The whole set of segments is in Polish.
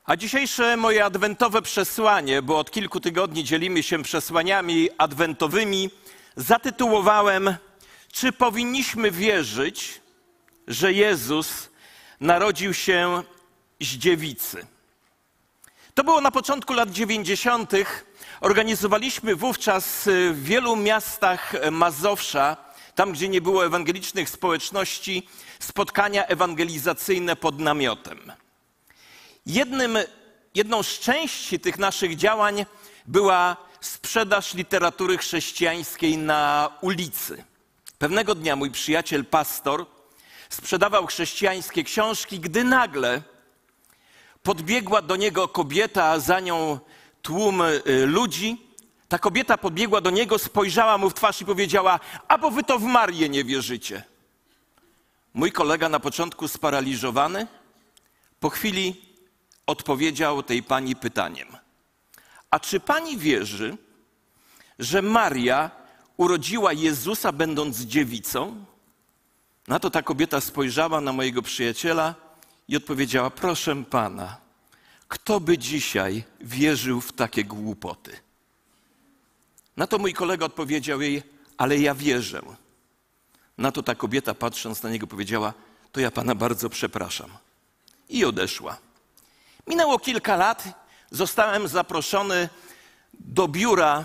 A dzisiejsze moje adwentowe przesłanie, bo od kilku tygodni dzielimy się przesłaniami adwentowymi, zatytułowałem: czy powinniśmy wierzyć, że Jezus narodził się z dziewicy? To było na początku lat 90. Organizowaliśmy wówczas w wielu miastach Mazowsza, tam gdzie nie było ewangelicznych społeczności, spotkania ewangelizacyjne pod namiotem. Jedną z części tych naszych działań była sprzedaż literatury chrześcijańskiej na ulicy. Pewnego dnia mój przyjaciel pastor sprzedawał chrześcijańskie książki, gdy nagle podbiegła do niego kobieta, a za nią tłum ludzi. Ta kobieta podbiegła do niego, spojrzała mu w twarz i powiedziała: a bo wy to w Marię nie wierzycie. Mój kolega na początku sparaliżowany, po chwili odpowiedział tej pani pytaniem: a czy pani wierzy, że Maria urodziła Jezusa będąc dziewicą? Na to ta kobieta spojrzała na mojego przyjaciela i odpowiedziała: proszę pana, kto by dzisiaj wierzył w takie głupoty? Na to mój kolega odpowiedział jej: ale ja wierzę. Na to ta kobieta, patrząc na niego, powiedziała: to ja pana bardzo przepraszam. I odeszła. Minęło kilka lat, zostałem zaproszony do biura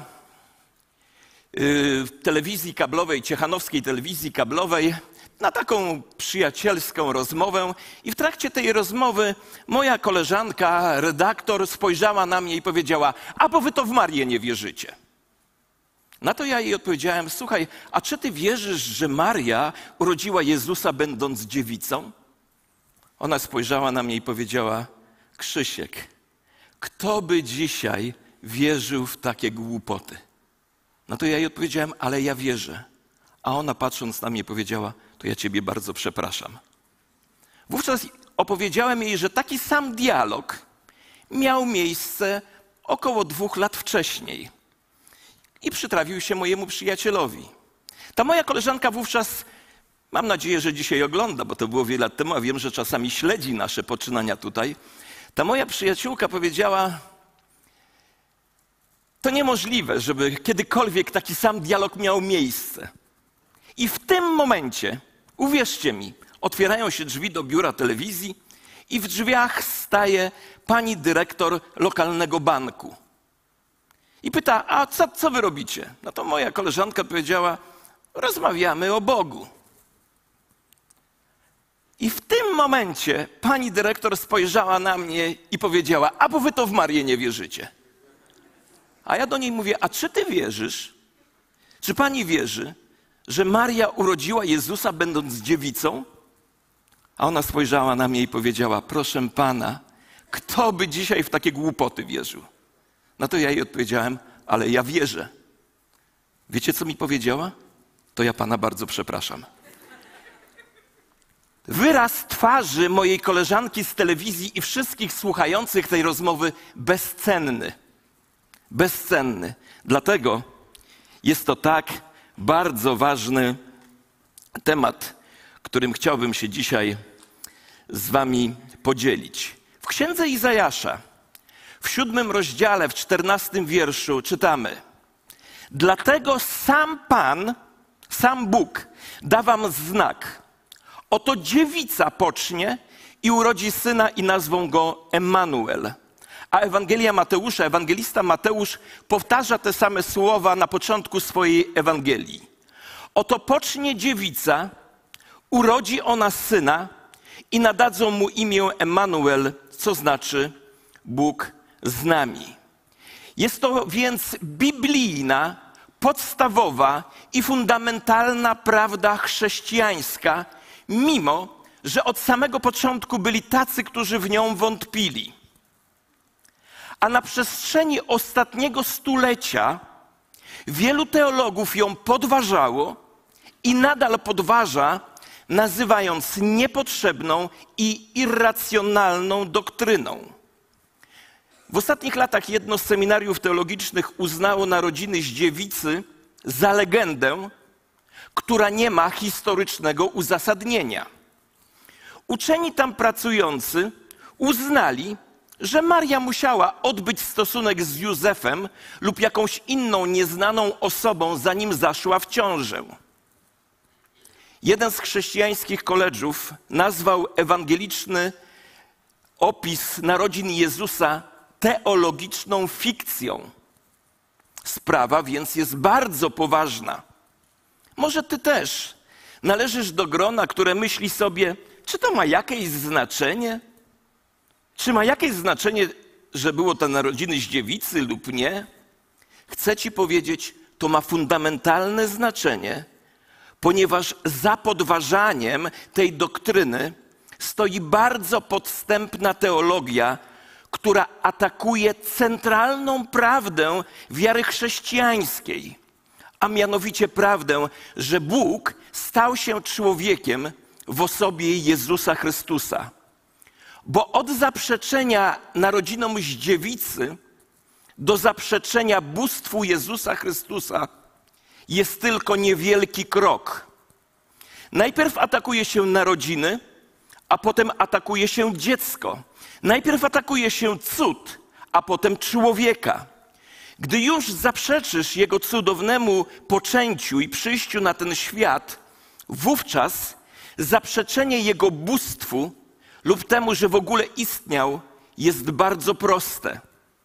telewizji kablowej, ciechanowskiej telewizji kablowej, na taką przyjacielską rozmowę. I w trakcie tej rozmowy moja koleżanka, redaktor, spojrzała na mnie i powiedziała: a bo wy to w Marię nie wierzycie. Na to ja jej odpowiedziałem: słuchaj, a czy ty wierzysz, że Maria urodziła Jezusa będąc dziewicą? Ona spojrzała na mnie i powiedziała: Krzysiek, kto by dzisiaj wierzył w takie głupoty? No to ja jej odpowiedziałem: ale ja wierzę. A ona, patrząc na mnie, powiedziała: to ja ciebie bardzo przepraszam. Wówczas opowiedziałem jej, że taki sam dialog miał miejsce około 2 lat wcześniej i przytrafił się mojemu przyjacielowi. Ta moja koleżanka wówczas, mam nadzieję, że dzisiaj ogląda, bo to było wiele lat temu, a wiem, że czasami śledzi nasze poczynania tutaj. Ta moja przyjaciółka powiedziała: to niemożliwe, żeby kiedykolwiek taki sam dialog miał miejsce. I w tym momencie, uwierzcie mi, otwierają się drzwi do biura telewizji i w drzwiach staje pani dyrektor lokalnego banku. I pyta: a co wy robicie? No to moja koleżanka powiedziała: rozmawiamy o Bogu. I w tym momencie pani dyrektor spojrzała na mnie i powiedziała: a bo wy to w Marię nie wierzycie. A ja do niej mówię: a czy ty wierzysz? Czy pani wierzy, że Maria urodziła Jezusa będąc dziewicą? A ona spojrzała na mnie i powiedziała: proszę pana, kto by dzisiaj w takie głupoty wierzył? Na to ja jej odpowiedziałem: ale ja wierzę. Wiecie, co mi powiedziała? To ja pana bardzo przepraszam. Wyraz twarzy mojej koleżanki z telewizji i wszystkich słuchających tej rozmowy bezcenny. Bezcenny. Dlatego jest to tak bardzo ważny temat, którym chciałbym się dzisiaj z wami podzielić. W księdze Izajasza, w 7 rozdziale, w 14 wierszu czytamy: dlatego sam Pan, sam Bóg da wam znak. Oto dziewica pocznie i urodzi syna i nazwą go Emmanuel. A Ewangelia Mateusza, ewangelista Mateusz powtarza te same słowa na początku swojej Ewangelii. Oto pocznie dziewica, urodzi ona syna i nadadzą mu imię Emmanuel, co znaczy Bóg z nami. Jest to więc biblijna, podstawowa i fundamentalna prawda chrześcijańska, mimo że od samego początku byli tacy, którzy w nią wątpili. A na przestrzeni ostatniego stulecia wielu teologów ją podważało i nadal podważa, nazywając niepotrzebną i irracjonalną doktryną. W ostatnich latach jedno z seminariów teologicznych uznało narodziny z dziewicy za legendę, która nie ma historycznego uzasadnienia. Uczeni tam pracujący uznali, że Maria musiała odbyć stosunek z Józefem lub jakąś inną nieznaną osobą, zanim zaszła w ciążę. Jeden z chrześcijańskich koledżów nazwał ewangeliczny opis narodzin Jezusa teologiczną fikcją. Sprawa więc jest bardzo poważna. Może ty też należysz do grona, które myśli sobie, czy to ma jakieś znaczenie? Czy ma jakieś znaczenie, że było to narodziny z dziewicy lub nie? Chcę ci powiedzieć, to ma fundamentalne znaczenie, ponieważ za podważaniem tej doktryny stoi bardzo podstępna teologia, która atakuje centralną prawdę wiary chrześcijańskiej, a mianowicie prawdę, że Bóg stał się człowiekiem w osobie Jezusa Chrystusa. Bo od zaprzeczenia narodzinom z dziewicy do zaprzeczenia bóstwu Jezusa Chrystusa jest tylko niewielki krok. Najpierw atakuje się narodziny, a potem atakuje się dziecko. Najpierw atakuje się cud, a potem człowieka. Gdy już zaprzeczysz Jego cudownemu poczęciu i przyjściu na ten świat, wówczas zaprzeczenie Jego bóstwu lub temu, że w ogóle istniał, jest bardzo proste.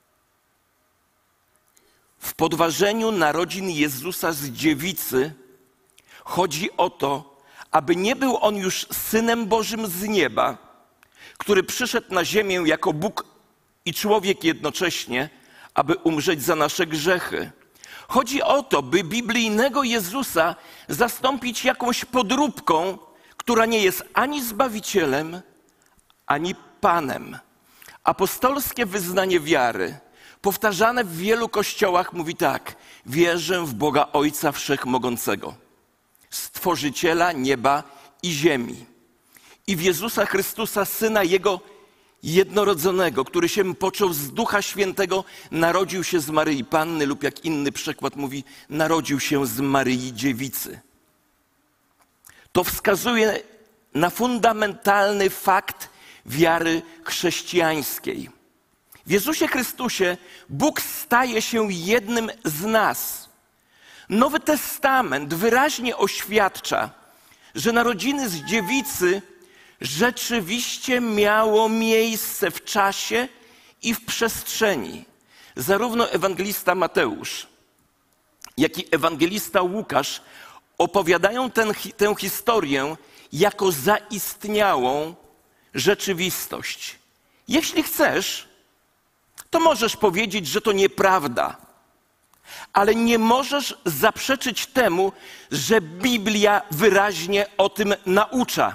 W podważeniu narodzin Jezusa z dziewicy chodzi o to, aby nie był On już Synem Bożym z nieba, który przyszedł na ziemię jako Bóg i człowiek jednocześnie, aby umrzeć za nasze grzechy. Chodzi o to, by biblijnego Jezusa zastąpić jakąś podróbką, która nie jest ani Zbawicielem, ani Panem. Apostolskie wyznanie wiary, powtarzane w wielu kościołach, mówi tak: wierzę w Boga Ojca Wszechmogącego, Stworzyciela nieba i ziemi, i w Jezusa Chrystusa, Syna Jego jednorodzonego, który się począł z Ducha Świętego, narodził się z Maryi Panny, lub jak inny przekład mówi, narodził się z Maryi Dziewicy. To wskazuje na fundamentalny fakt wiary chrześcijańskiej. W Jezusie Chrystusie Bóg staje się jednym z nas. Nowy Testament wyraźnie oświadcza, że narodziny z dziewicy rzeczywiście miało miejsce w czasie i w przestrzeni. Zarówno ewangelista Mateusz, jak i ewangelista Łukasz opowiadają tę historię jako zaistniałą rzeczywistość. Jeśli chcesz, to możesz powiedzieć, że to nieprawda, ale nie możesz zaprzeczyć temu, że Biblia wyraźnie o tym naucza.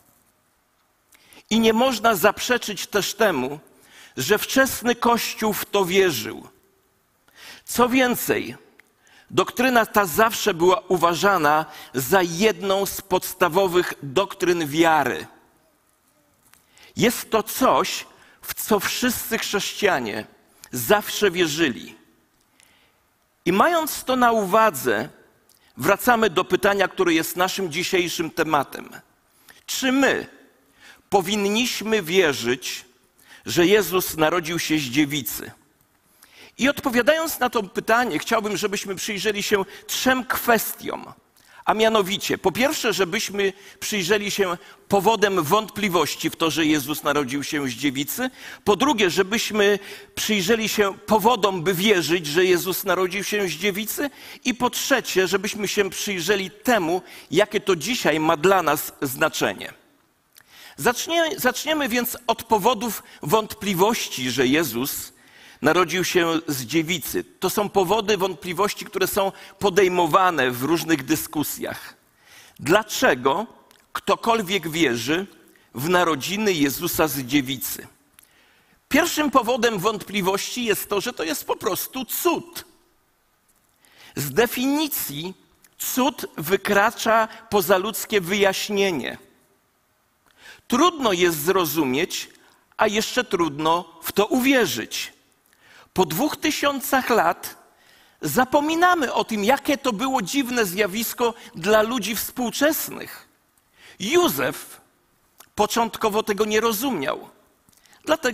I nie można zaprzeczyć też temu, że wczesny Kościół w to wierzył. Co więcej, doktryna ta zawsze była uważana za jedną z podstawowych doktryn wiary. Jest to coś, w co wszyscy chrześcijanie zawsze wierzyli. I mając to na uwadze, wracamy do pytania, które jest naszym dzisiejszym tematem. Czy my powinniśmy wierzyć, że Jezus narodził się z dziewicy? I odpowiadając na to pytanie, chciałbym, żebyśmy przyjrzeli się 3 kwestiom. A mianowicie, po pierwsze, żebyśmy przyjrzeli się powodem wątpliwości w to, że Jezus narodził się z dziewicy. Po drugie, żebyśmy przyjrzeli się powodom, by wierzyć, że Jezus narodził się z dziewicy. I po trzecie, żebyśmy się przyjrzeli temu, jakie to dzisiaj ma dla nas znaczenie. Zaczniemy więc od powodów wątpliwości, że Jezus narodził się z dziewicy. To są powody wątpliwości, które są podejmowane w różnych dyskusjach. Dlaczego ktokolwiek wierzy w narodziny Jezusa z dziewicy? Pierwszym powodem wątpliwości jest to, że to jest po prostu cud. Z definicji cud wykracza poza ludzkie wyjaśnienie. Trudno jest zrozumieć, a jeszcze trudno w to uwierzyć. Po 2000 lat zapominamy o tym, jakie to było dziwne zjawisko dla ludzi współczesnych. Józef początkowo tego nie rozumiał. Dlatego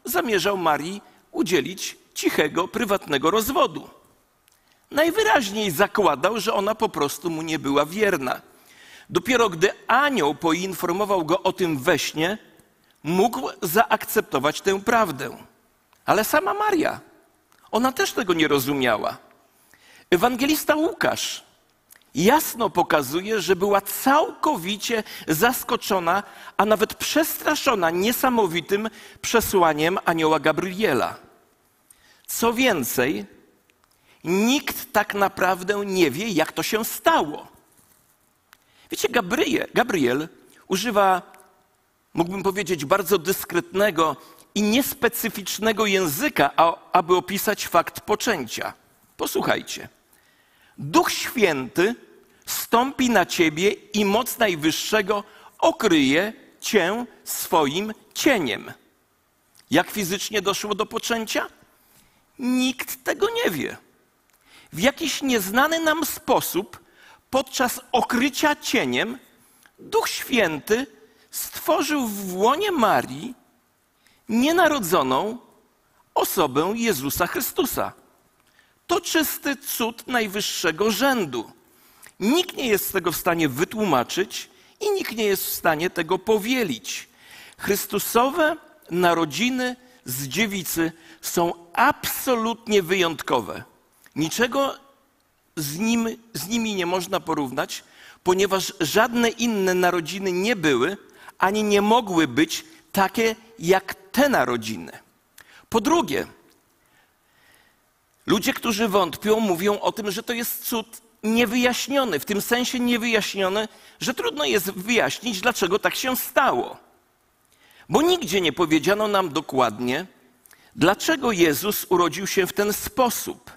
zamierzał Marii udzielić cichego, prywatnego rozwodu. Najwyraźniej zakładał, że ona po prostu mu nie była wierna. Dopiero gdy anioł poinformował go o tym we śnie, mógł zaakceptować tę prawdę. Ale sama Maria, ona też tego nie rozumiała. Ewangelista Łukasz jasno pokazuje, że była całkowicie zaskoczona, a nawet przestraszona niesamowitym przesłaniem anioła Gabriela. Co więcej, nikt tak naprawdę nie wie, jak to się stało. Wiecie, Gabriel używa, mógłbym powiedzieć, bardzo dyskretnego i niespecyficznego języka, aby opisać fakt poczęcia. Posłuchajcie. Duch Święty stąpi na ciebie i moc Najwyższego okryje cię swoim cieniem. Jak fizycznie doszło do poczęcia? Nikt tego nie wie. W jakiś nieznany nam sposób podczas okrycia cieniem Duch Święty stworzył w łonie Marii nienarodzoną osobę Jezusa Chrystusa. To czysty cud najwyższego rzędu. Nikt nie jest tego w stanie wytłumaczyć i nikt nie jest w stanie tego powielić. Chrystusowe narodziny z dziewicy są absolutnie wyjątkowe. Niczego z nimi nie można porównać, ponieważ żadne inne narodziny nie były, ani nie mogły być takie jak te narodziny. Po drugie, ludzie, którzy wątpią, mówią o tym, że to jest cud niewyjaśniony, w tym sensie niewyjaśniony, że trudno jest wyjaśnić, dlaczego tak się stało. Bo nigdzie nie powiedziano nam dokładnie, dlaczego Jezus urodził się w ten sposób.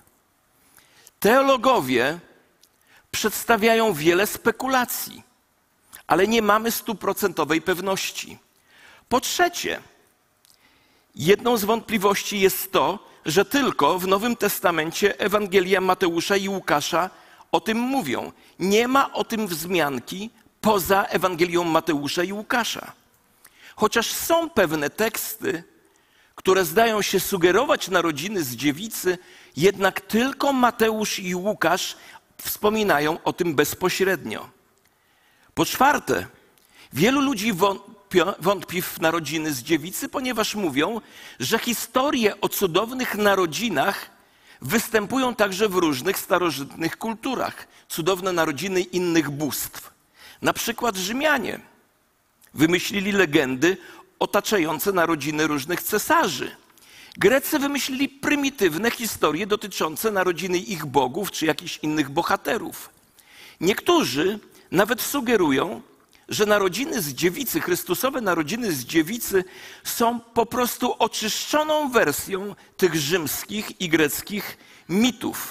Teologowie przedstawiają wiele spekulacji, ale nie mamy 100% pewności. Po trzecie, jedną z wątpliwości jest to, że tylko w Nowym Testamencie Ewangelia Mateusza i Łukasza o tym mówią. Nie ma o tym wzmianki poza Ewangelią Mateusza i Łukasza. Chociaż są pewne teksty, które zdają się sugerować narodziny z dziewicy, jednak tylko Mateusz i Łukasz wspominają o tym bezpośrednio. Po czwarte, wielu ludzi wątpi w narodziny z dziewicy, ponieważ mówią, że historie o cudownych narodzinach występują także w różnych starożytnych kulturach. Cudowne narodziny innych bóstw. Na przykład Rzymianie wymyślili legendy otaczające narodziny różnych cesarzy. Grecy wymyślili prymitywne historie dotyczące narodziny ich bogów czy jakichś innych bohaterów. Niektórzy nawet sugerują, że narodziny z dziewicy, Chrystusowe narodziny z dziewicy są po prostu oczyszczoną wersją tych rzymskich i greckich mitów.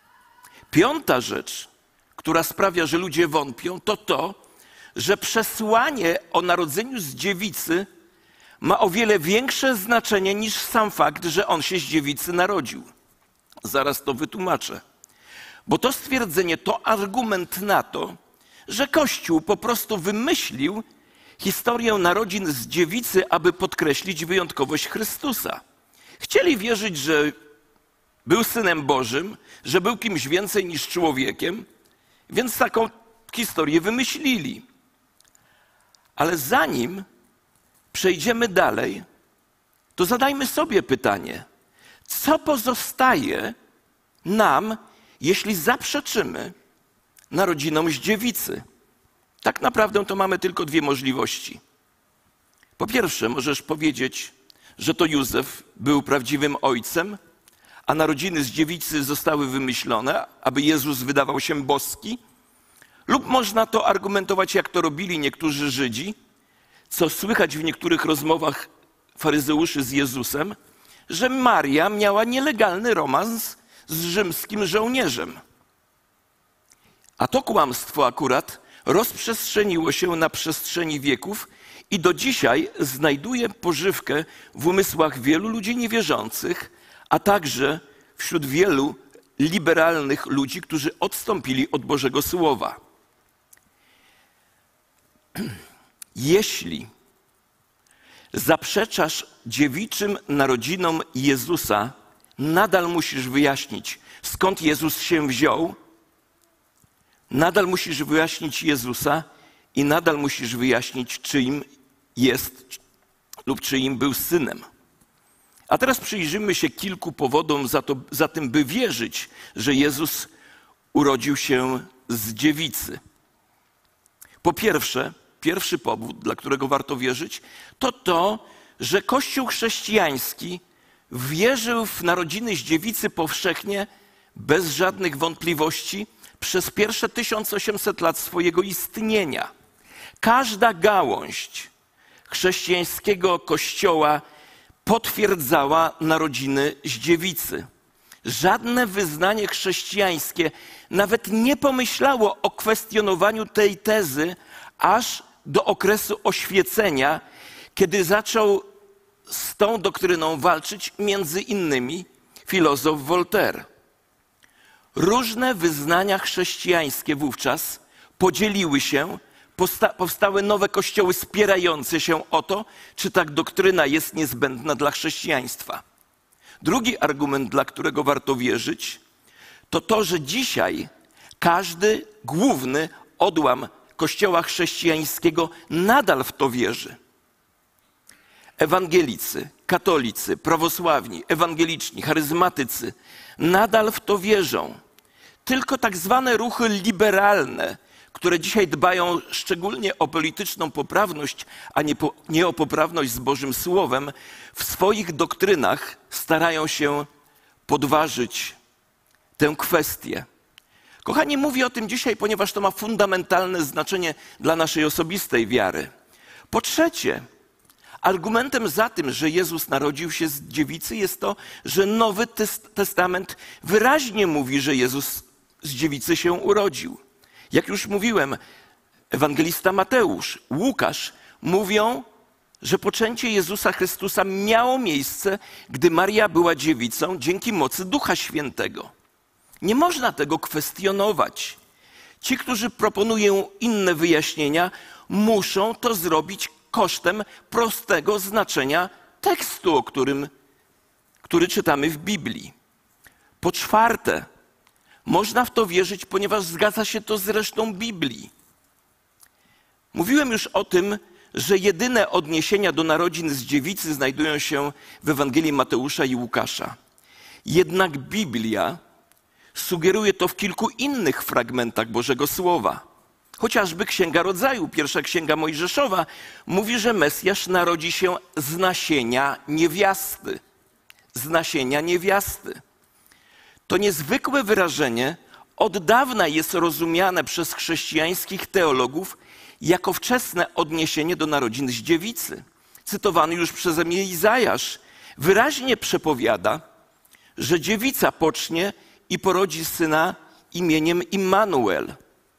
Piąta rzecz, która sprawia, że ludzie wątpią, to to, że przesłanie o narodzeniu z dziewicy ma o wiele większe znaczenie niż sam fakt, że on się z dziewicy narodził. Zaraz to wytłumaczę. Bo to stwierdzenie to argument na to, że Kościół po prostu wymyślił historię narodzin z dziewicy, aby podkreślić wyjątkowość Chrystusa. Chcieli wierzyć, że był Synem Bożym, że był kimś więcej niż człowiekiem, więc taką historię wymyślili. Ale zanim przejdziemy dalej, to zadajmy sobie pytanie, co pozostaje nam, jeśli zaprzeczymy narodzinom z dziewicy? Tak naprawdę to mamy tylko dwie możliwości. Po pierwsze, możesz powiedzieć, że to Józef był prawdziwym ojcem, a narodziny z dziewicy zostały wymyślone, aby Jezus wydawał się boski. Lub można to argumentować, jak to robili niektórzy Żydzi, co słychać w niektórych rozmowach faryzeuszy z Jezusem, że Maria miała nielegalny romans z rzymskim żołnierzem. A to kłamstwo akurat rozprzestrzeniło się na przestrzeni wieków i do dzisiaj znajduje pożywkę w umysłach wielu ludzi niewierzących, a także wśród wielu liberalnych ludzi, którzy odstąpili od Bożego Słowa. Jeśli zaprzeczasz dziewiczym narodzinom Jezusa, nadal musisz wyjaśnić, skąd Jezus się wziął, nadal musisz wyjaśnić Jezusa i nadal musisz wyjaśnić, czyim jest lub czyim był synem. A teraz przyjrzymy się kilku powodom za tym, by wierzyć, że Jezus urodził się z dziewicy. Po pierwsze, pierwszy powód, dla którego warto wierzyć, to, że Kościół chrześcijański wierzył w narodziny z dziewicy powszechnie, bez żadnych wątpliwości, przez pierwsze 1800 lat swojego istnienia. Każda gałąź chrześcijańskiego Kościoła potwierdzała narodziny z dziewicy. Żadne wyznanie chrześcijańskie nawet nie pomyślało o kwestionowaniu tej tezy aż do okresu oświecenia, kiedy zaczął z tą doktryną walczyć między innymi filozof Voltaire. Różne wyznania chrześcijańskie wówczas podzieliły się, powstały nowe kościoły spierające się o to, czy ta doktryna jest niezbędna dla chrześcijaństwa. Drugi argument, dla którego warto wierzyć, to, że dzisiaj każdy główny odłam Kościoła chrześcijańskiego nadal w to wierzy. Ewangelicy, katolicy, prawosławni, ewangeliczni, charyzmatycy nadal w to wierzą. Tylko tak zwane ruchy liberalne, które dzisiaj dbają szczególnie o polityczną poprawność, a nie o poprawność z Bożym Słowem, w swoich doktrynach starają się podważyć tę kwestię. Kochani, mówię o tym dzisiaj, ponieważ to ma fundamentalne znaczenie dla naszej osobistej wiary. Po trzecie, argumentem za tym, że Jezus narodził się z dziewicy, jest to, że Nowy Testament wyraźnie mówi, że Jezus z dziewicy się urodził. Jak już mówiłem, ewangelista Mateusz, Łukasz mówią, że poczęcie Jezusa Chrystusa miało miejsce, gdy Maria była dziewicą dzięki mocy Ducha Świętego. Nie można tego kwestionować. Ci, którzy proponują inne wyjaśnienia, muszą to zrobić kosztem prostego znaczenia tekstu, który czytamy w Biblii. Po czwarte, można w to wierzyć, ponieważ zgadza się to z resztą Biblii. Mówiłem już o tym, że jedyne odniesienia do narodzin z dziewicy znajdują się w Ewangelii Mateusza i Łukasza. Jednak Biblia sugeruje to w kilku innych fragmentach Bożego Słowa. Chociażby Księga Rodzaju, pierwsza Księga Mojżeszowa, mówi, że Mesjasz narodzi się z nasienia niewiasty. Z nasienia niewiasty. To niezwykłe wyrażenie od dawna jest rozumiane przez chrześcijańskich teologów jako wczesne odniesienie do narodzin z dziewicy. Cytowany już przeze mnie Izajasz wyraźnie przepowiada, że dziewica pocznie i porodzi syna imieniem Immanuel.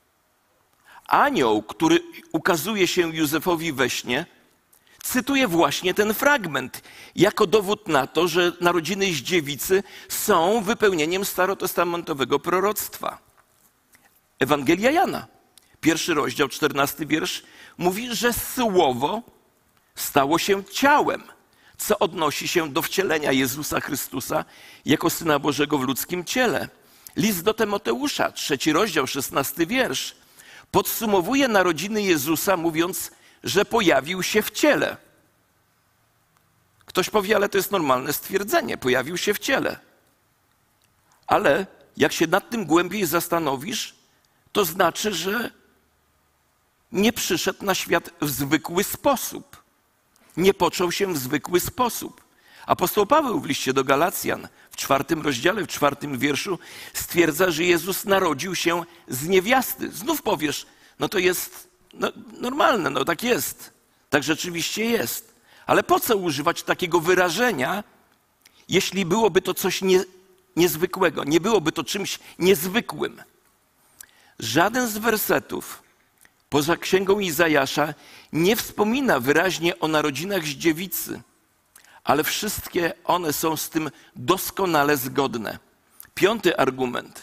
Anioł, który ukazuje się Józefowi we śnie, cytuje właśnie ten fragment jako dowód na to, że narodziny z dziewicy są wypełnieniem starotestamentowego proroctwa. Ewangelia Jana, 1 rozdział, 14 wiersz, mówi, że Słowo stało się ciałem, co odnosi się do wcielenia Jezusa Chrystusa jako Syna Bożego w ludzkim ciele. List do Tymoteusza, 3 rozdział, 16 wiersz, podsumowuje narodziny Jezusa, mówiąc, że pojawił się w ciele. Ktoś powie, ale to jest normalne stwierdzenie, pojawił się w ciele. Ale jak się nad tym głębiej zastanowisz, to znaczy, że nie przyszedł na świat w zwykły sposób. Nie począł się w zwykły sposób. Apostoł Paweł w liście do Galacjan w 4 rozdziale, w 4 wierszu stwierdza, że Jezus narodził się z niewiasty. Znów powiesz, no to jest normalne, no tak jest. Tak rzeczywiście jest. Ale po co używać takiego wyrażenia, jeśli byłoby to coś niezwykłego, nie byłoby to czymś niezwykłym? Żaden z wersetów poza Księgą Izajasza nie wspomina wyraźnie o narodzinach z dziewicy, ale wszystkie one są z tym doskonale zgodne. 5. argument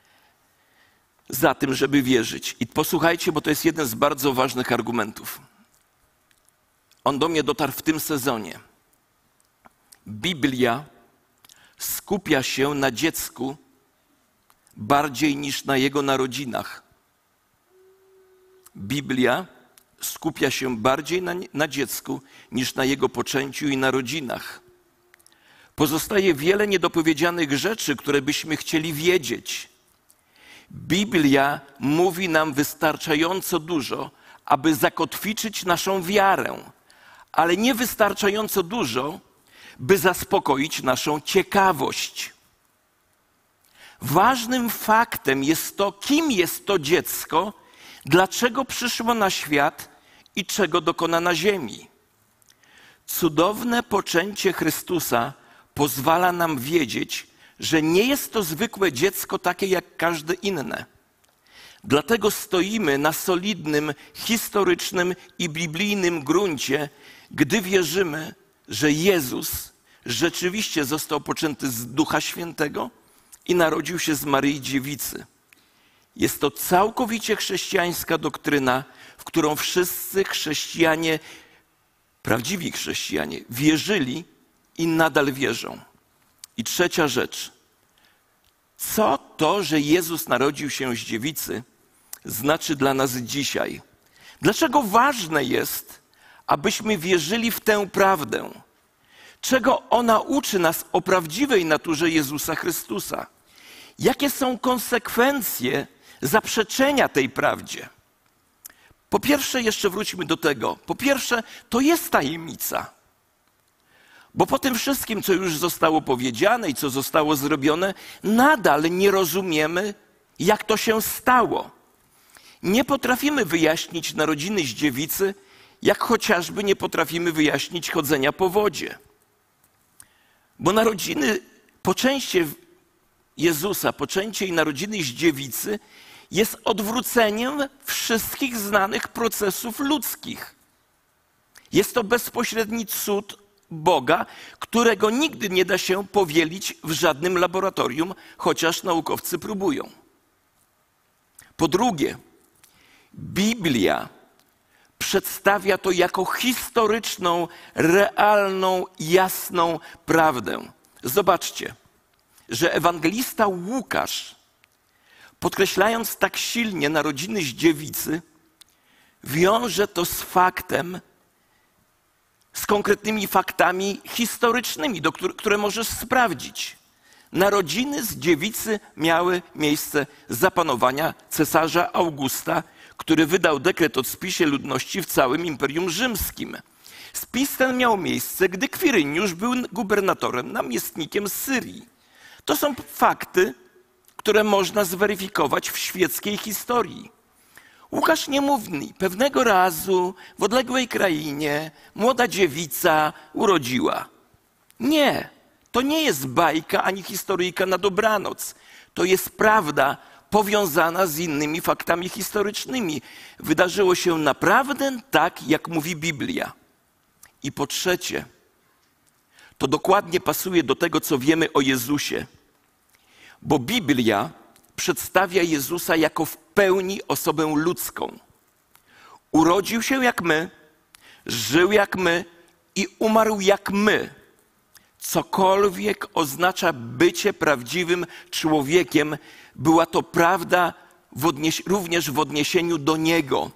za tym, żeby wierzyć. I posłuchajcie, bo to jest jeden z bardzo ważnych argumentów. on do mnie dotarł w tym sezonie. Biblia skupia się na dziecku bardziej niż na jego narodzinach. Biblia skupia się bardziej na dziecku niż na jego poczęciu i narodzinach. Pozostaje wiele niedopowiedzianych rzeczy, które byśmy chcieli wiedzieć. Biblia mówi nam wystarczająco dużo, aby zakotwiczyć naszą wiarę, ale nie wystarczająco dużo, by zaspokoić naszą ciekawość. Ważnym faktem jest to, kim jest to dziecko, dlaczego przyszło na świat i czego dokona na ziemi. Cudowne poczęcie Chrystusa pozwala nam wiedzieć, że nie jest to zwykłe dziecko takie jak każde inne. Dlatego stoimy na solidnym, historycznym i biblijnym gruncie, gdy wierzymy, że Jezus rzeczywiście został poczęty z Ducha Świętego i narodził się z Maryi Dziewicy. Jest to całkowicie chrześcijańska doktryna, w którą wszyscy chrześcijanie, prawdziwi chrześcijanie, wierzyli i nadal wierzą. I trzecia rzecz. Co to, że Jezus narodził się z dziewicy, znaczy dla nas dzisiaj? Dlaczego ważne jest, abyśmy wierzyli w tę prawdę? Czego ona uczy nas o prawdziwej naturze Jezusa Chrystusa? Jakie są konsekwencje zaprzeczenia tej prawdzie? Po pierwsze, jeszcze wróćmy do tego. Po pierwsze, to jest tajemnica. Bo po tym wszystkim, co już zostało powiedziane i co zostało zrobione, nadal nie rozumiemy, jak to się stało. Nie potrafimy wyjaśnić narodziny z dziewicy, jak chociażby nie potrafimy wyjaśnić chodzenia po wodzie. Bo narodziny, poczęcie Jezusa, poczęcie i narodziny z dziewicy jest odwróceniem wszystkich znanych procesów ludzkich. Jest to bezpośredni cud Boga, którego nigdy nie da się powielić w żadnym laboratorium, chociaż naukowcy próbują. Po drugie, Biblia przedstawia to jako historyczną, realną, jasną prawdę. Zobaczcie, że ewangelista Łukasz, podkreślając tak silnie narodziny z dziewicy, wiąże to z faktem, z konkretnymi faktami historycznymi, które możesz sprawdzić. Narodziny z dziewicy miały miejsce za panowania cesarza Augusta, który wydał dekret o spisie ludności w całym Imperium Rzymskim. Spis ten miał miejsce, gdy Kwiryniusz był gubernatorem, namiestnikiem Syrii. To są fakty, które można zweryfikować w świeckiej historii. Łukasz nie mówi, pewnego razu w odległej krainie młoda dziewica urodziła. Nie, to nie jest bajka ani historyjka na dobranoc. To jest prawda powiązana z innymi faktami historycznymi. Wydarzyło się naprawdę tak, jak mówi Biblia. I po trzecie, to dokładnie pasuje do tego, co wiemy o Jezusie. Bo Biblia przedstawia Jezusa jako w pełni osobę ludzką. Urodził się jak my, żył jak my i umarł jak my. Cokolwiek oznacza bycie prawdziwym człowiekiem, była to prawda również w odniesieniu do Niego.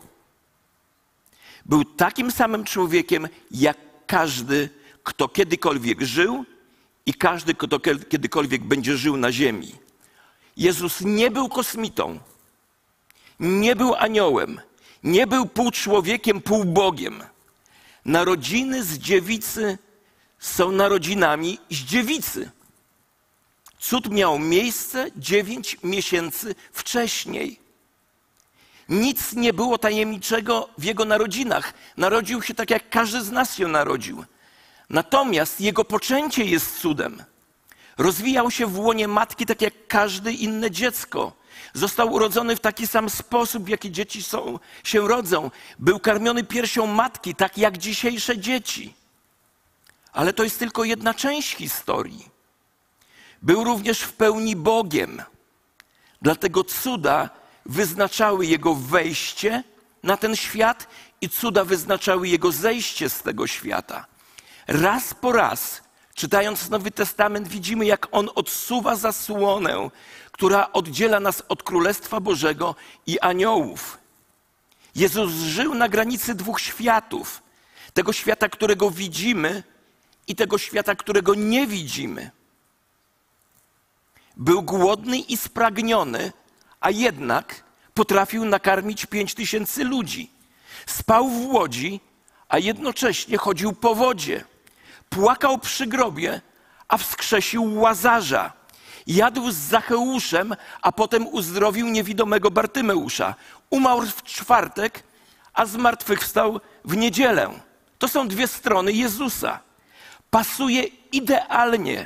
Był takim samym człowiekiem, jak każdy, kto kiedykolwiek żył i każdy, kto kiedykolwiek będzie żył na ziemi. Jezus nie był kosmitą, nie był aniołem, nie był pół człowiekiem, pół Bogiem. Narodziny z dziewicy są narodzinami z dziewicy. Cud miał miejsce 9 miesięcy wcześniej. Nic nie było tajemniczego w jego narodzinach. Narodził się tak, jak każdy z nas się narodził. Natomiast jego poczęcie jest cudem. Rozwijał się w łonie matki tak jak każde inne dziecko. Został urodzony w taki sam sposób, w jaki dzieci się rodzą. Był karmiony piersią matki, tak jak dzisiejsze dzieci. Ale to jest tylko jedna część historii. Był również w pełni Bogiem. Dlatego cuda wyznaczały Jego wejście na ten świat i cuda wyznaczały Jego zejście z tego świata. Raz po raz, czytając Nowy Testament, widzimy, jak On odsuwa zasłonę, która oddziela nas od Królestwa Bożego i aniołów. Jezus żył na granicy dwóch światów. Tego świata, którego widzimy, i tego świata, którego nie widzimy. Był głodny i spragniony, a jednak potrafił nakarmić 5000 ludzi. Spał w łodzi, a jednocześnie chodził po wodzie. Płakał przy grobie, a wskrzesił Łazarza. Jadł z Zacheuszem, a potem uzdrowił niewidomego Bartymeusza. Umarł w czwartek, a zmartwychwstał w niedzielę. To są dwie strony Jezusa. Pasuje idealnie.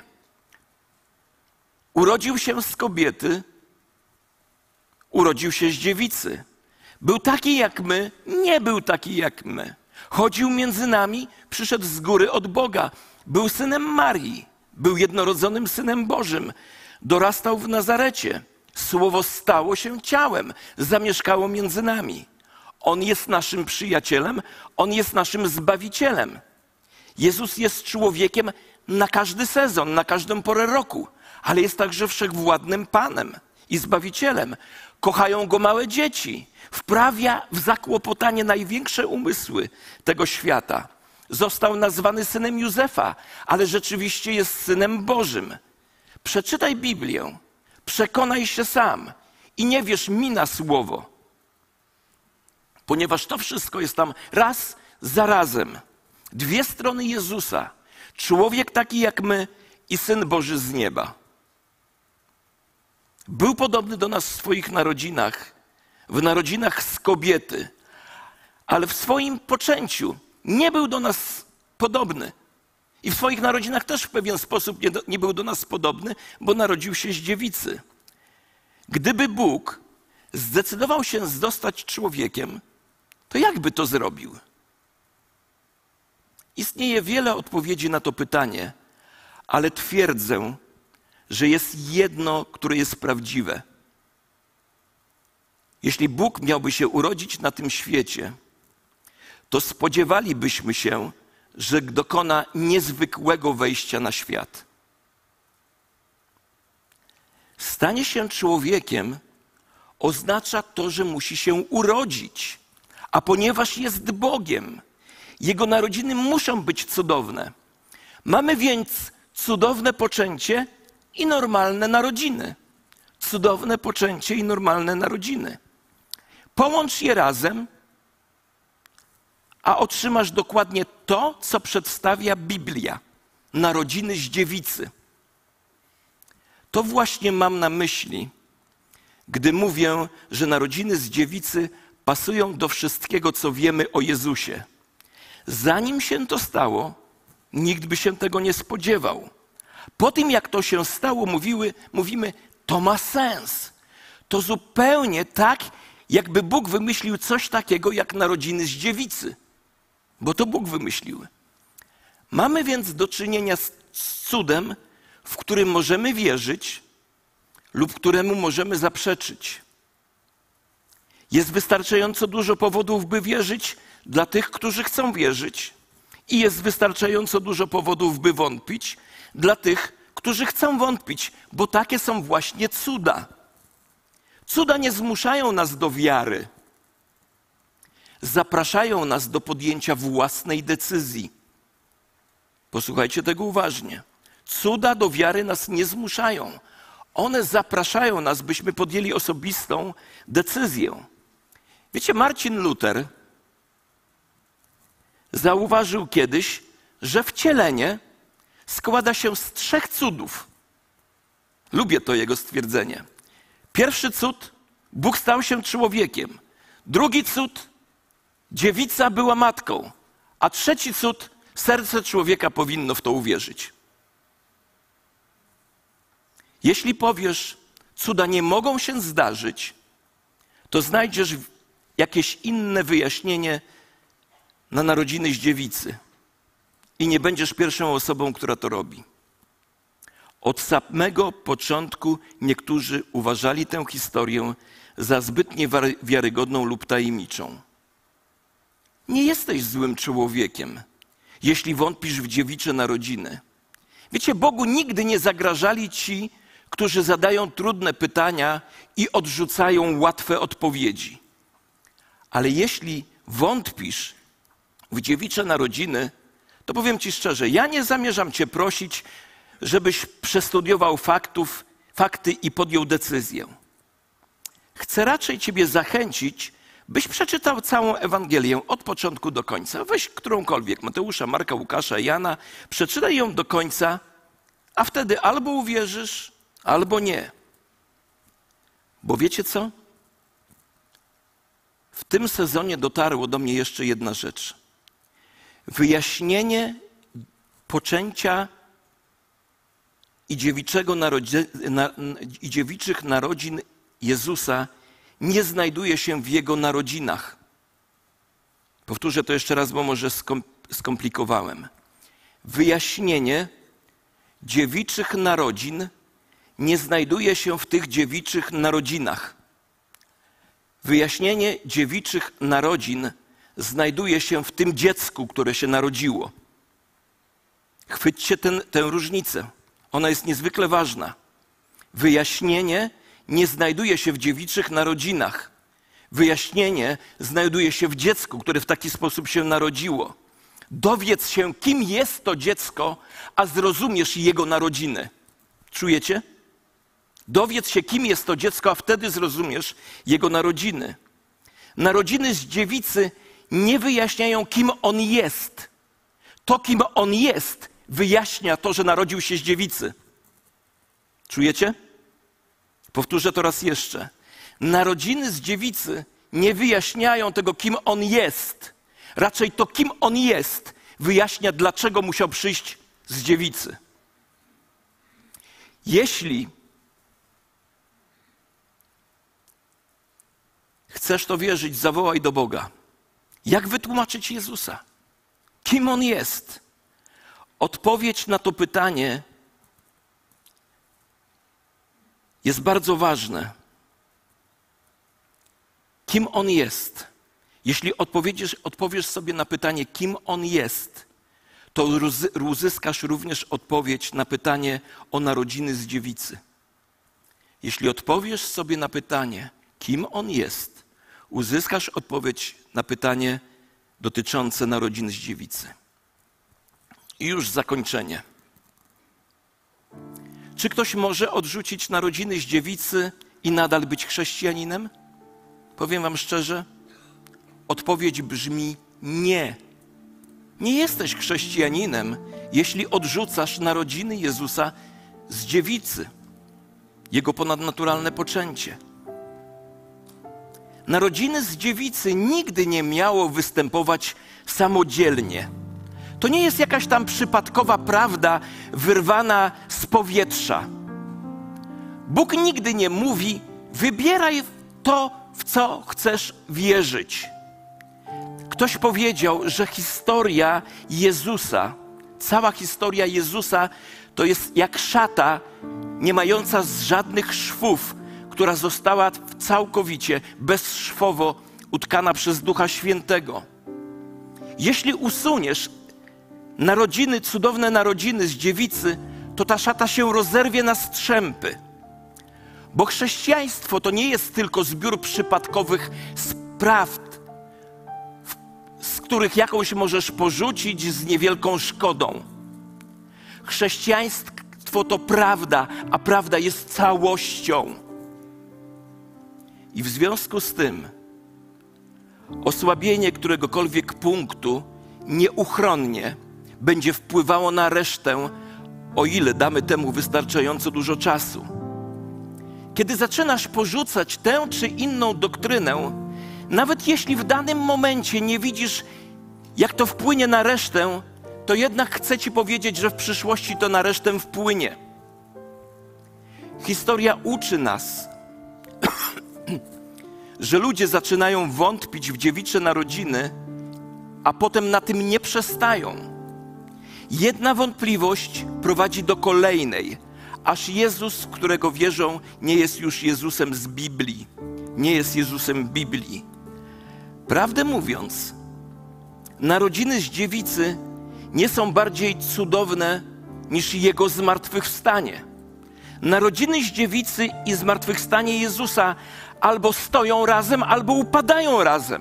Urodził się z kobiety, urodził się z dziewicy. Był taki jak my, nie był taki jak my. Chodził między nami, przyszedł z góry od Boga. Był synem Marii, był jednorodzonym Synem Bożym. Dorastał w Nazarecie. Słowo stało się ciałem, zamieszkało między nami. On jest naszym przyjacielem, On jest naszym Zbawicielem. Jezus jest człowiekiem na każdy sezon, na każdą porę roku, ale jest także wszechwładnym Panem i Zbawicielem. Kochają Go małe dzieci. Wprawia w zakłopotanie największe umysły tego świata. Został nazwany synem Józefa, ale rzeczywiście jest Synem Bożym. Przeczytaj Biblię, przekonaj się sam i nie wierz mi na słowo, ponieważ to wszystko jest tam raz za razem. Dwie strony Jezusa. Człowiek taki jak my i Syn Boży z nieba. Był podobny do nas w swoich narodzinach, w narodzinach z kobiety, ale w swoim poczęciu nie był do nas podobny. I w swoich narodzinach też w pewien sposób nie był do nas podobny, bo narodził się z dziewicy. Gdyby Bóg zdecydował się zostać człowiekiem, to jak by to zrobił? Istnieje wiele odpowiedzi na to pytanie, ale twierdzę, że jest jedno, które jest prawdziwe. Jeśli Bóg miałby się urodzić na tym świecie, to spodziewalibyśmy się, że dokona niezwykłego wejścia na świat. Stanie się człowiekiem oznacza to, że musi się urodzić, a ponieważ jest Bogiem, Jego narodziny muszą być cudowne. Mamy więc cudowne poczęcie i normalne narodziny. Cudowne poczęcie i normalne narodziny. Połącz je razem, a otrzymasz dokładnie to, co przedstawia Biblia. Narodziny z dziewicy. To właśnie mam na myśli, gdy mówię, że narodziny z dziewicy pasują do wszystkiego, co wiemy o Jezusie. Zanim się to stało, nikt by się tego nie spodziewał. Po tym, jak to się stało, mówimy, to ma sens. To zupełnie tak, jakby Bóg wymyślił coś takiego jak narodziny z dziewicy. Bo to Bóg wymyślił. Mamy więc do czynienia z cudem, w którym możemy wierzyć lub któremu możemy zaprzeczyć. Jest wystarczająco dużo powodów, by wierzyć dla tych, którzy chcą wierzyć, i jest wystarczająco dużo powodów, by wątpić dla tych, którzy chcą wątpić, bo takie są właśnie cuda. Cuda nie zmuszają nas do wiary. Zapraszają nas do podjęcia własnej decyzji. Posłuchajcie tego uważnie. Cuda do wiary nas nie zmuszają. One zapraszają nas, byśmy podjęli osobistą decyzję. Wiecie, Marcin Luter zauważył kiedyś, że wcielenie składa się z 3 cudów. Lubię to jego stwierdzenie. Pierwszy cud, Bóg stał się człowiekiem. Drugi cud, dziewica była matką. A trzeci cud, serce człowieka powinno w to uwierzyć. Jeśli powiesz, cuda nie mogą się zdarzyć, to znajdziesz jakieś inne wyjaśnienie na narodziny z dziewicy. I nie będziesz pierwszą osobą, która to robi. Od samego początku niektórzy uważali tę historię za zbytnie wiarygodną lub tajemniczą. Nie jesteś złym człowiekiem, jeśli wątpisz w dziewicze narodziny. Wiecie, Bogu nigdy nie zagrażali ci, którzy zadają trudne pytania i odrzucają łatwe odpowiedzi. Ale jeśli wątpisz w dziewicze narodziny, to powiem ci szczerze, ja nie zamierzam cię prosić, żebyś przestudiował fakty i podjął decyzję. Chcę raczej ciebie zachęcić, byś przeczytał całą Ewangelię od początku do końca. Weź którąkolwiek, Mateusza, Marka, Łukasza, Jana, przeczytaj ją do końca, a wtedy albo uwierzysz, albo nie. Bo wiecie co? W tym sezonie dotarło do mnie jeszcze jedna rzecz. Wyjaśnienie poczęcia i dziewiczych narodzin Jezusa nie znajduje się w Jego narodzinach. Powtórzę to jeszcze raz, bo może skomplikowałem. Wyjaśnienie dziewiczych narodzin nie znajduje się w tych dziewiczych narodzinach. Wyjaśnienie dziewiczych narodzin znajduje się w tym dziecku, które się narodziło. Chwyćcie tę różnicę. Ona jest niezwykle ważna. Wyjaśnienie nie znajduje się w dziewiczych narodzinach. Wyjaśnienie znajduje się w dziecku, które w taki sposób się narodziło. Dowiedz się, kim jest to dziecko, a zrozumiesz jego narodziny. Czujecie? Dowiedz się, kim jest to dziecko, a wtedy zrozumiesz jego narodziny. Narodziny z dziewicy nie wyjaśniają, kim on jest. To, kim on jest, wyjaśnia to, że narodził się z dziewicy. Czujecie? Powtórzę to raz jeszcze. Narodziny z dziewicy nie wyjaśniają tego, kim on jest. Raczej to, kim on jest, wyjaśnia, dlaczego musiał przyjść z dziewicy. Jeśli chcesz to wierzyć, zawołaj do Boga. Jak wytłumaczyć Jezusa? Kim On jest? Odpowiedź na to pytanie jest bardzo ważna. Kim On jest? Jeśli odpowiesz sobie na pytanie, kim On jest, to uzyskasz również odpowiedź na pytanie o narodziny z dziewicy. Jeśli odpowiesz sobie na pytanie, kim On jest, uzyskasz odpowiedź na pytanie dotyczące narodzin z dziewicy. I już zakończenie. Czy ktoś może odrzucić narodziny z dziewicy i nadal być chrześcijaninem? Powiem wam szczerze, odpowiedź brzmi nie. Nie jesteś chrześcijaninem, jeśli odrzucasz narodziny Jezusa z dziewicy, Jego ponadnaturalne poczęcie. Narodziny z dziewicy nigdy nie miało występować samodzielnie. To nie jest jakaś tam przypadkowa prawda wyrwana z powietrza. Bóg nigdy nie mówi, wybieraj to, w co chcesz wierzyć. Ktoś powiedział, że historia Jezusa, cała historia Jezusa to jest jak szata nie mająca żadnych szwów, która została całkowicie, bezszwowo utkana przez Ducha Świętego. Jeśli usuniesz cudowne narodziny z dziewicy, to ta szata się rozerwie na strzępy. Bo chrześcijaństwo to nie jest tylko zbiór przypadkowych spraw, z których jakąś możesz porzucić z niewielką szkodą. Chrześcijaństwo to prawda, a prawda jest całością. I w związku z tym osłabienie któregokolwiek punktu nieuchronnie będzie wpływało na resztę, o ile damy temu wystarczająco dużo czasu. Kiedy zaczynasz porzucać tę czy inną doktrynę, nawet jeśli w danym momencie nie widzisz, jak to wpłynie na resztę, to jednak chcę ci powiedzieć, że w przyszłości to na resztę wpłynie. Historia uczy nas, że ludzie zaczynają wątpić w dziewicze narodziny, a potem na tym nie przestają. Jedna wątpliwość prowadzi do kolejnej, aż Jezus, w którego wierzą, nie jest już Jezusem z Biblii. Nie jest Jezusem Biblii. Prawdę mówiąc, narodziny z dziewicy nie są bardziej cudowne niż Jego zmartwychwstanie. Narodziny z dziewicy i zmartwychwstanie Jezusa albo stoją razem, albo upadają razem.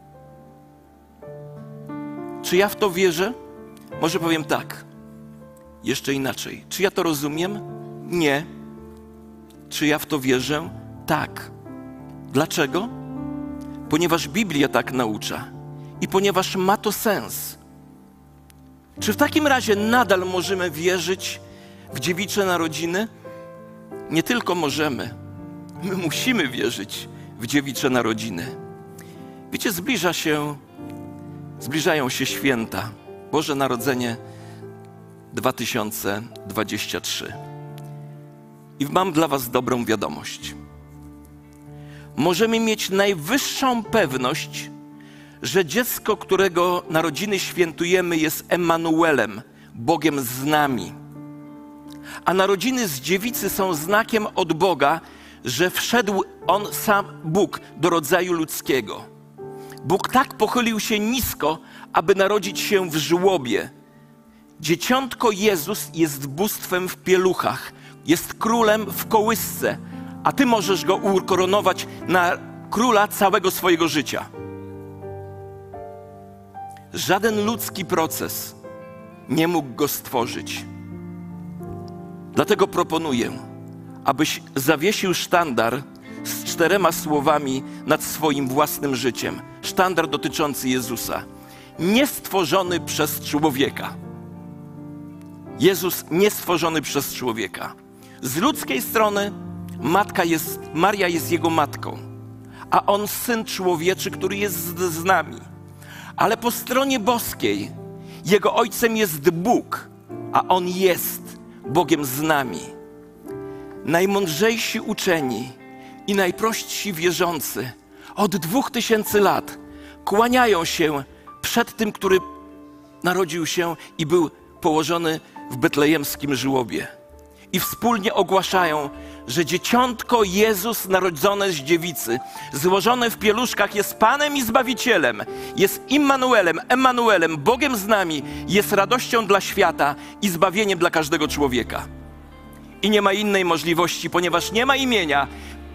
Czy ja w to wierzę? Może powiem tak, jeszcze inaczej. Czy ja to rozumiem? Nie. Czy ja w to wierzę? Tak. Dlaczego? Ponieważ Biblia tak naucza i ponieważ ma to sens. Czy w takim razie nadal możemy wierzyć w dziewicze narodziny? Nie tylko możemy, my musimy wierzyć w dziewicze narodziny. Wiecie, zbliżają się święta, Boże Narodzenie 2023. I mam dla was dobrą wiadomość. Możemy mieć najwyższą pewność, że dziecko, którego narodziny świętujemy, jest Emmanuelem, Bogiem z nami. A narodziny z dziewicy są znakiem od Boga, że wszedł On sam, Bóg, do rodzaju ludzkiego. Bóg tak pochylił się nisko, aby narodzić się w żłobie. Dzieciątko Jezus jest bóstwem w pieluchach, jest królem w kołysce, a ty możesz go ukoronować na króla całego swojego życia. Żaden ludzki proces nie mógł go stworzyć. Dlatego proponuję, abyś zawiesił sztandar z 4 słowami nad swoim własnym życiem. Sztandar dotyczący Jezusa. Niestworzony przez człowieka. Jezus niestworzony przez człowieka. Z ludzkiej strony Maria jest Jego matką, a On Syn Człowieczy, który jest z nami. Ale po stronie boskiej Jego Ojcem jest Bóg, a On jest Bogiem z nami. Najmądrzejsi uczeni i najprości wierzący od 2000 lat kłaniają się przed tym, który narodził się i był położony w betlejemskim żłobie. I wspólnie ogłaszają, że dzieciątko Jezus narodzone z dziewicy, złożone w pieluszkach, jest Panem i Zbawicielem, jest Immanuelem, Emmanuelem, Bogiem z nami, jest radością dla świata i zbawieniem dla każdego człowieka. I nie ma innej możliwości, ponieważ nie ma imienia,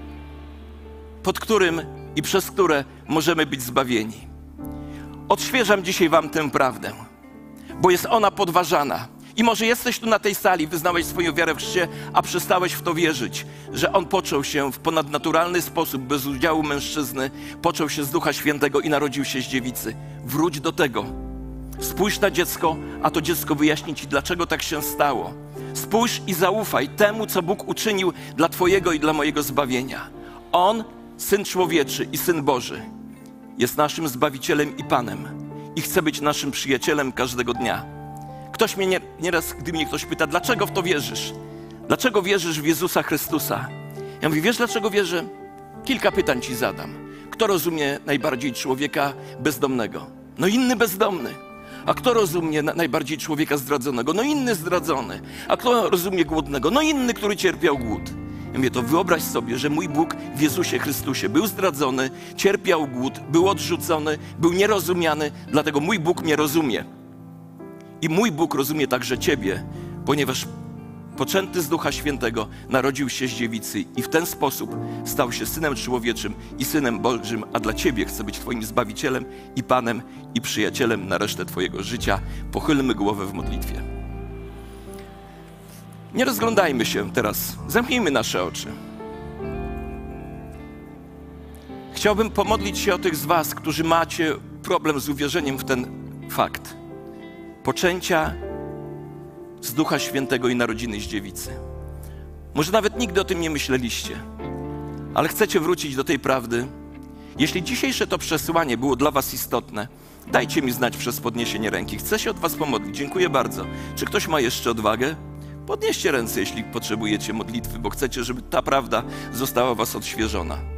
pod którym i przez które możemy być zbawieni. Odświeżam dzisiaj wam tę prawdę, bo jest ona podważana. I może jesteś tu na tej sali, wyznałeś swoją wiarę w Chrystusie, a przestałeś w to wierzyć, że On począł się w ponadnaturalny sposób, bez udziału mężczyzny, począł się z Ducha Świętego i narodził się z dziewicy. Wróć do tego. Spójrz na dziecko, a to dziecko wyjaśni ci, dlaczego tak się stało. Spójrz i zaufaj temu, co Bóg uczynił dla twojego i dla mojego zbawienia. On, Syn Człowieczy i Syn Boży, jest naszym Zbawicielem i Panem i chce być naszym przyjacielem każdego dnia. Ktoś mnie nieraz, gdy mnie ktoś pyta, dlaczego w to wierzysz? Dlaczego wierzysz w Jezusa Chrystusa? Ja mówię, wiesz dlaczego wierzę? Kilka pytań ci zadam. Kto rozumie najbardziej człowieka bezdomnego? No inny bezdomny. A kto rozumie najbardziej człowieka zdradzonego? No inny zdradzony. A kto rozumie głodnego? No inny, który cierpiał głód. Ja mówię, to wyobraź sobie, że mój Bóg w Jezusie Chrystusie był zdradzony, cierpiał głód, był odrzucony, był nierozumiany, dlatego mój Bóg mnie rozumie. I mój Bóg rozumie także ciebie, ponieważ poczęty z Ducha Świętego narodził się z dziewicy i w ten sposób stał się Synem Człowieczym i Synem Bożym, a dla ciebie chce być twoim Zbawicielem i Panem i przyjacielem na resztę twojego życia. Pochylmy głowę w modlitwie. Nie rozglądajmy się teraz, zamknijmy nasze oczy. Chciałbym pomodlić się o tych z was, którzy macie problem z uwierzeniem w ten fakt. Poczęcia z Ducha Świętego i narodziny z dziewicy. Może nawet nigdy o tym nie myśleliście, ale chcecie wrócić do tej prawdy. Jeśli dzisiejsze to przesłanie było dla was istotne, dajcie mi znać przez podniesienie ręki. Chcę się od was pomodlić. Dziękuję bardzo. Czy ktoś ma jeszcze odwagę? Podnieście ręce, jeśli potrzebujecie modlitwy, bo chcecie, żeby ta prawda została was odświeżona.